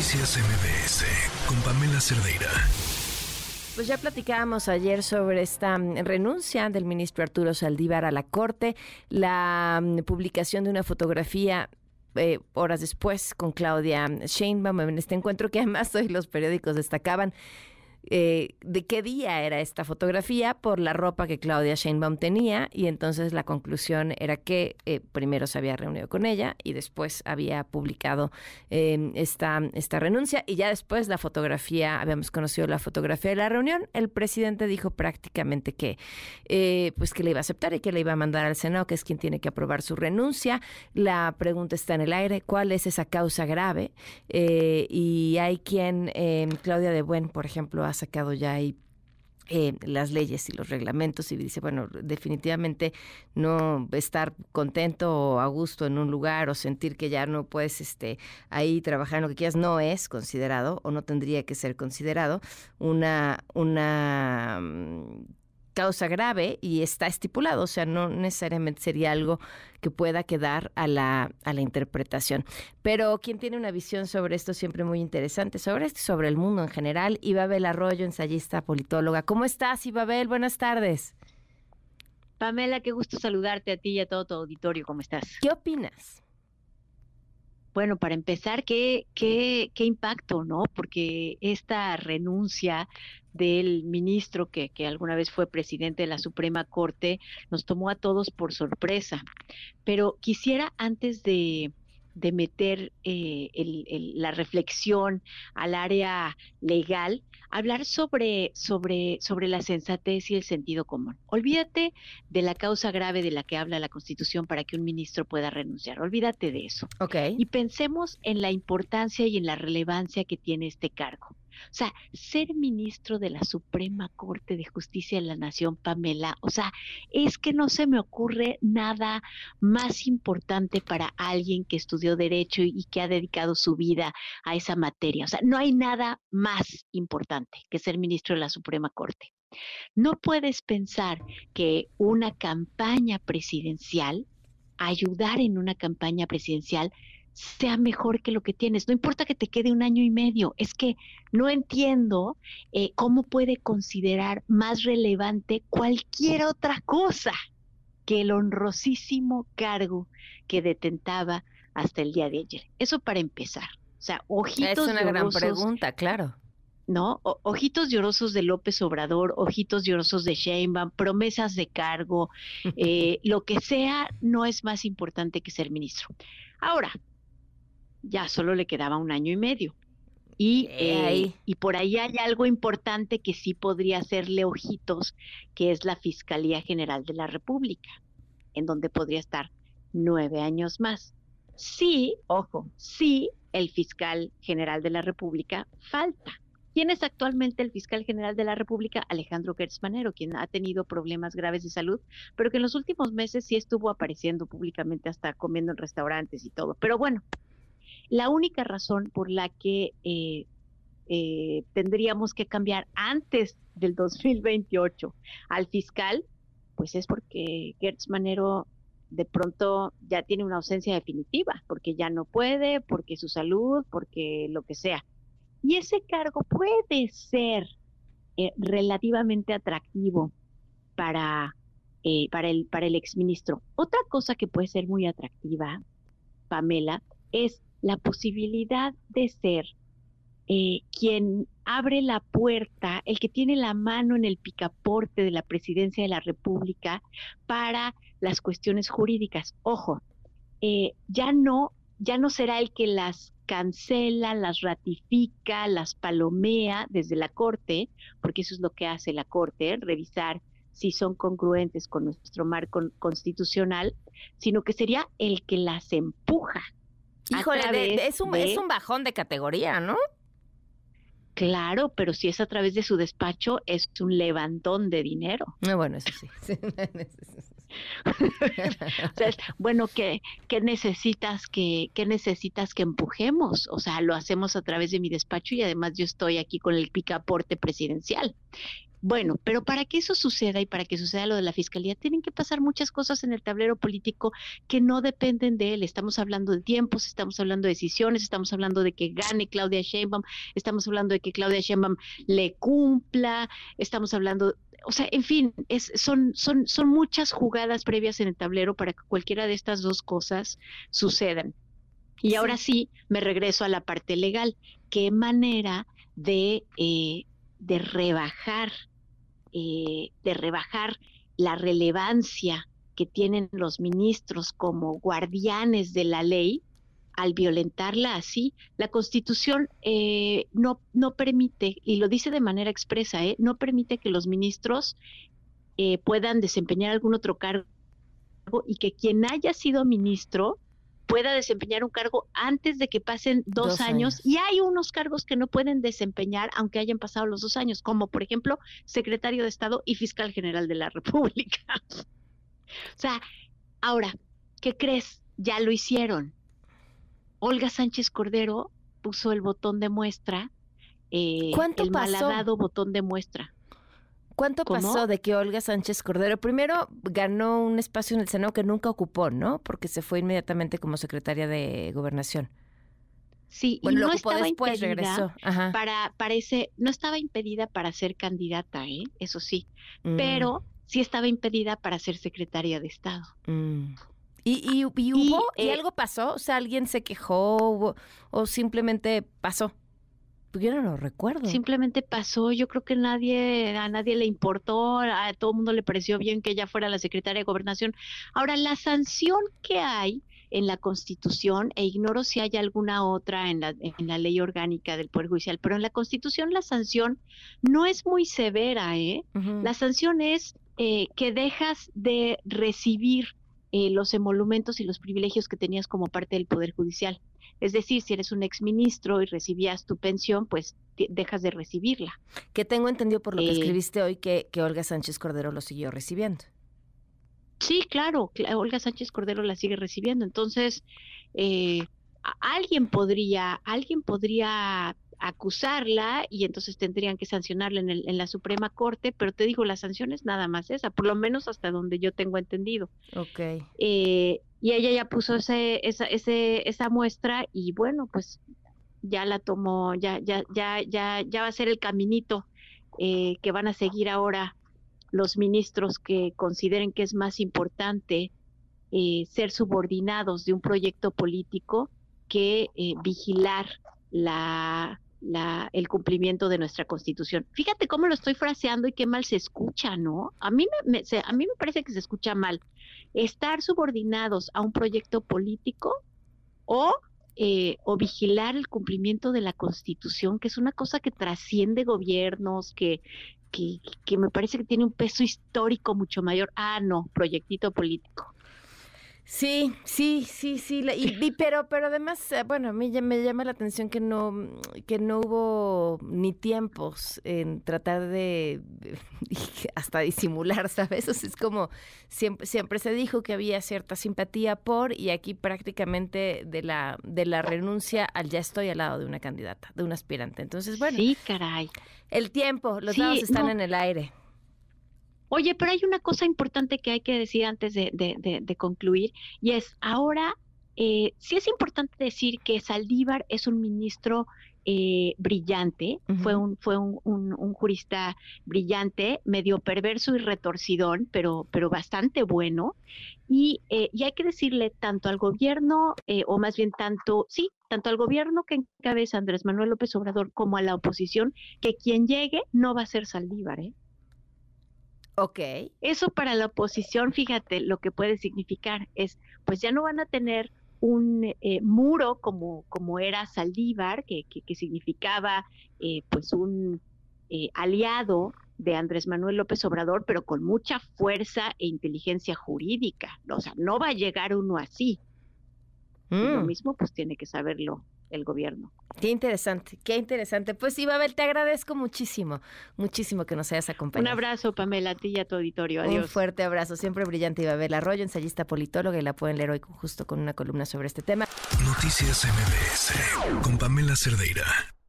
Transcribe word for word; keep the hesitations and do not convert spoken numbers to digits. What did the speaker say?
Noticias M B S con Pamela Cerdeira. Pues ya platicábamos ayer sobre esta renuncia del ministro Arturo Saldívar a la Corte, la publicación de una fotografía eh, horas después con Claudia Sheinbaum en este encuentro, que además hoy los periódicos destacaban Eh, de qué día era esta fotografía por la ropa que Claudia Sheinbaum tenía, y entonces la conclusión era que eh, primero se había reunido con ella y después había publicado eh, esta, esta renuncia, y ya después la fotografía, habíamos conocido la fotografía de la reunión. El presidente dijo prácticamente que eh, pues que le iba a aceptar y que le iba a mandar al Senado, que es quien tiene que aprobar su renuncia. La pregunta está en el aire: ¿cuál es esa causa grave? Eh, y hay quien, eh, Claudia de Buen, por ejemplo, ha sacado ya ahí eh, las leyes y los reglamentos y dice, bueno, definitivamente no estar contento o a gusto en un lugar o sentir que ya no puedes este, ahí trabajar en lo que quieras no es considerado, o no tendría que ser considerado una, una um, causa grave, y está estipulado, o sea, no necesariamente sería algo que pueda quedar a la, a la interpretación. Pero quien tiene una visión sobre esto siempre muy interesante, sobre esto, sobre el mundo en general, Ibabel Arroyo, ensayista, politóloga. ¿Cómo estás, Ibabel? Buenas tardes. Pamela, qué gusto saludarte a ti y a todo tu auditorio. ¿Cómo estás? ¿Qué opinas? Bueno, para empezar, qué, qué, qué impacto, ¿no? Porque esta renuncia del ministro que, que alguna vez fue presidente de la Suprema Corte nos tomó a todos por sorpresa. Pero quisiera, antes de, de meter eh, el, el, la reflexión al área legal, hablar sobre, sobre, sobre la sensatez y el sentido común. Olvídate de la causa grave de la que habla la Constitución para que un ministro pueda renunciar. Olvídate de eso. Okay. Y pensemos en la importancia y en la relevancia que tiene este cargo. O sea, ser ministro de la Suprema Corte de Justicia de la Nación, Pamela, o sea, es que no se me ocurre nada más importante para alguien que estudió Derecho y que ha dedicado su vida a esa materia. O sea, no hay nada más importante que ser ministro de la Suprema Corte. No puedes pensar que una campaña presidencial, ayudar en una campaña presidencial, sea mejor que lo que tienes. No importa que te quede un año y medio, es que no entiendo eh, cómo puede considerar más relevante cualquier otra cosa que el honrosísimo cargo que detentaba hasta el día de ayer. Eso para empezar. O sea, ojitos Es una llorosos, gran pregunta, claro. ¿no? O, ojitos llorosos de López Obrador, ojitos llorosos de Sheinbaum, promesas de cargo, eh, lo que sea, no es más importante que ser ministro. Ahora, ya solo le quedaba un año y medio. Y, eh, y por ahí hay algo importante que sí podría hacerle ojitos, que es la Fiscalía General de la República, en donde podría estar nueve años más. Sí, ojo, sí, el fiscal general de la República falta. ¿Quién es actualmente el fiscal general de la República? Alejandro Gertz Manero, quien ha tenido problemas graves de salud, pero que en los últimos meses sí estuvo apareciendo públicamente, hasta comiendo en restaurantes y todo. Pero bueno, la única razón por la que eh, eh, tendríamos que cambiar antes del dos mil veintiocho al fiscal, pues es porque Gertz Manero de pronto ya tiene una ausencia definitiva, porque ya no puede, porque su salud, porque lo que sea. Y ese cargo puede ser eh, relativamente atractivo para, eh, para, el, para el exministro. Otra cosa que puede ser muy atractiva, Pamela, es la posibilidad de ser eh, quien abre la puerta, el que tiene la mano en el picaporte de la presidencia de la República para las cuestiones jurídicas. Ojo, eh, ya no, ya no será el que las cancela, las ratifica, las palomea desde la Corte, porque eso es lo que hace la Corte, revisar si son congruentes con nuestro marco constitucional, sino que sería el que las empuja. Híjole, de, de, es, un, de... es un bajón de categoría, ¿no? Claro, pero si es a través de su despacho, es un levantón de dinero. No, bueno, eso sí. O sea, es, bueno, ¿qué, qué necesitas que, qué necesitas que empujemos? O sea, lo hacemos a través de mi despacho y además yo estoy aquí con el picaporte presidencial. Bueno, pero para que eso suceda y para que suceda lo de la fiscalía, tienen que pasar muchas cosas en el tablero político que no dependen de él. Estamos hablando de tiempos, estamos hablando de decisiones, estamos hablando de que gane Claudia Sheinbaum, estamos hablando de que Claudia Sheinbaum le cumpla, estamos hablando, o sea, en fin, es, son, son, son muchas jugadas previas en el tablero para que cualquiera de estas dos cosas sucedan. Y sí. Ahora sí, me regreso a la parte legal. ¿Qué manera de, eh, de rebajar Eh, de rebajar la relevancia que tienen los ministros como guardianes de la ley al violentarla así? La Constitución eh, no, no permite, y lo dice de manera expresa, eh, no permite que los ministros eh, puedan desempeñar algún otro cargo y que quien haya sido ministro pueda desempeñar un cargo antes de que pasen dos, dos años. años. Y hay unos cargos que no pueden desempeñar aunque hayan pasado los dos años, como por ejemplo secretario de Estado y fiscal general de la República. O sea, ahora, ¿qué crees? Ya lo hicieron. Olga Sánchez Cordero puso el botón de muestra, eh, ¿Cuánto el pasó? malhadado botón de muestra. ¿Cuánto ¿Cómo? pasó de que Olga Sánchez Cordero primero ganó un espacio en el Senado que nunca ocupó, ¿no? Porque se fue inmediatamente como secretaria de Gobernación. Sí, bueno, y lo no ocupó estaba después, impedida regresó. Ajá. para, parece, no estaba impedida para ser candidata, ¿eh? Eso sí, Mm. pero sí estaba impedida para ser secretaria de Estado. Mm. ¿Y, y, y hubo? ¿Y, eh, ¿Y algo pasó? O sea, ¿alguien se quejó hubo, o simplemente pasó? Pues yo no lo recuerdo. Simplemente pasó, yo creo que nadie, a nadie le importó, a todo el mundo le pareció bien que ella fuera la secretaria de Gobernación. Ahora, la sanción que hay en la Constitución, e ignoro si hay alguna otra en la, en la ley orgánica del Poder Judicial, pero en la Constitución la sanción no es muy severa, ¿eh? Uh-huh. La sanción es eh, que dejas de recibir eh, los emolumentos y los privilegios que tenías como parte del Poder Judicial. Es decir, si eres un exministro y recibías tu pensión, pues te, dejas de recibirla. Que tengo entendido por lo que Eh, escribiste hoy que, que Olga Sánchez Cordero lo siguió recibiendo. Sí, claro, cl- Olga Sánchez Cordero la sigue recibiendo. Entonces, eh, a- alguien podría, alguien podría acusarla y entonces tendrían que sancionarla en, el, en la Suprema Corte, pero te digo, la sanción es nada más esa, por lo menos hasta donde yo tengo entendido. Ok. Eh, y ella ya puso ese, esa, ese, esa muestra y bueno, pues ya la tomó, ya, ya, ya, ya, ya va a ser el caminito eh, que van a seguir ahora los ministros que consideren que es más importante eh, ser subordinados de un proyecto político que eh, vigilar la, la, el cumplimiento de nuestra Constitución. Fíjate cómo lo estoy fraseando y qué mal se escucha, ¿no? A mí me, me, se, a mí me parece que se escucha mal. Estar subordinados a un proyecto político o, eh, o vigilar el cumplimiento de la Constitución, que es una cosa que trasciende gobiernos, que Que, que me parece que tiene un peso histórico mucho mayor. Ah, no, proyectito político. Sí, sí, sí, sí, la- y, y- pero, pero además, eh, bueno, a mí ya me llama la atención que no, que no hubo ni tiempos en tratar de, de- hasta disimular, ¿sabes? O sea, es como siempre, siempre se dijo que había cierta simpatía por, y aquí prácticamente de la, de la renuncia al ya estoy al lado de una candidata, de un aspirante. Entonces, bueno, Sí, caray. el tiempo, los Sí, dados están no. en el aire. Oye, pero hay una cosa importante que hay que decir antes de, de, de, de concluir, y es ahora, eh, sí es importante decir que Saldívar es un ministro eh, brillante, Ujú. fue un, fue un, un, un jurista brillante, medio perverso y retorcidón, pero, pero bastante bueno, y, eh, y hay que decirle tanto al gobierno, eh, o más bien tanto, sí, tanto al gobierno que encabeza Andrés Manuel López Obrador como a la oposición, que quien llegue no va a ser Saldívar, ¿eh? Ok. Eso para la oposición, fíjate, lo que puede significar es, pues ya no van a tener un eh, muro como, como era Saldívar, que, que, que significaba eh, pues un eh, aliado de Andrés Manuel López Obrador, pero con mucha fuerza e inteligencia jurídica. O sea, no va a llegar uno así. Y lo Mm. mismo pues tiene que saberlo el gobierno. Qué interesante, qué interesante. Pues Ibabel, te agradezco muchísimo, muchísimo que nos hayas Un acompañado. abrazo, Pamela, a ti y a tu auditorio. Un Adiós. fuerte abrazo, siempre brillante Ibabel Arroyo, ensayista politóloga, y la pueden leer hoy justo con una columna sobre este tema. Noticias M B S con Pamela Cerdeira.